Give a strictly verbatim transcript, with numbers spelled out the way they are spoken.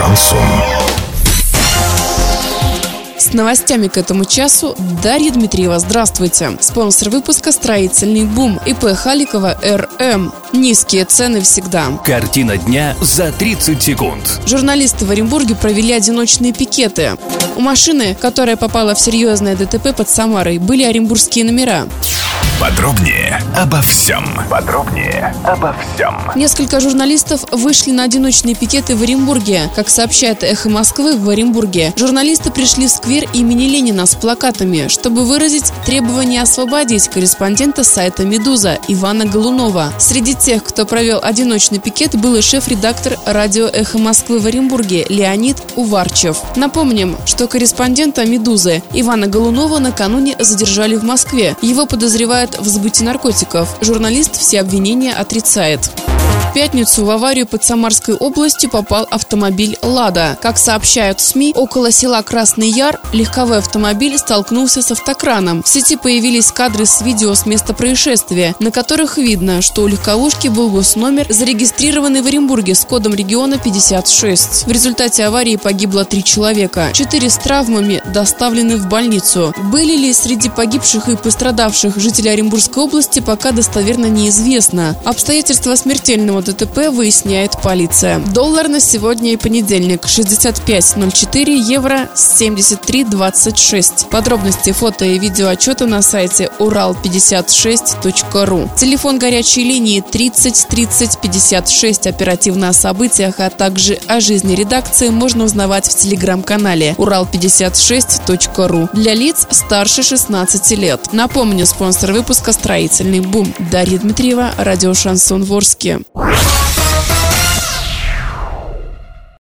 Шансон. С новостями к этому часу Дарья Дмитриева. Здравствуйте. Спонсор выпуска — «Строительный бум». ИП Халикова эр.эм. Низкие цены всегда. Картина дня за тридцать секунд. Журналисты в Оренбурге провели одиночные пикеты. У машины, которая попала в серьезное ДТП под Самарой, были оренбургские номера. Подробнее обо всем. Подробнее обо всем. Несколько журналистов вышли на одиночные пикеты в Оренбурге. Как сообщает «Эхо Москвы», в Оренбурге журналисты пришли в сквер имени Ленина с плакатами, чтобы выразить требование освободить корреспондента сайта «Медуза» Ивана Голунова. Среди тех, кто провел одиночный пикет, был и шеф-редактор радио «Эхо Москвы» в Оренбурге Леонид Уварчев. Напомним, что корреспондента «Медузы» Ивана Голунова накануне задержали в Москве. Его подозревают в сбытии наркотиков. Журналист все обвинения отрицает. В пятницу в аварию под Самарской областью попал автомобиль «Лада». Как сообщают СМИ, около села Красный Яр легковой автомобиль столкнулся с автокраном. В сети появились кадры с видео с места происшествия, на которых видно, что у легковушки был госномер, зарегистрированный в Оренбурге с кодом региона пятьдесят шесть. В результате аварии погибло три человека. Четыре с травмами доставлены в больницу. Были ли среди погибших и пострадавших жители Оренбургской области, пока достоверно неизвестно. Обстоятельства смертельного ДТП выясняет полиция. Доллар на сегодня и понедельник — шестьдесят пять ноль четыре, евро семьдесят три двадцать шесть. Подробности, фото и видеоотчеты на сайте урал пятьдесят шесть точка ру. Телефон горячей линии тридцать тридцать пятьдесят шесть. Оперативно о событиях, а также о жизни редакции можно узнавать в телеграм-канале урал пятьдесят шесть точка ру для лиц старше шестнадцати лет. Напомню, спонсор выпуска — «Строительный бум». Дарья Дмитриева, радио «Шансон» в Орске.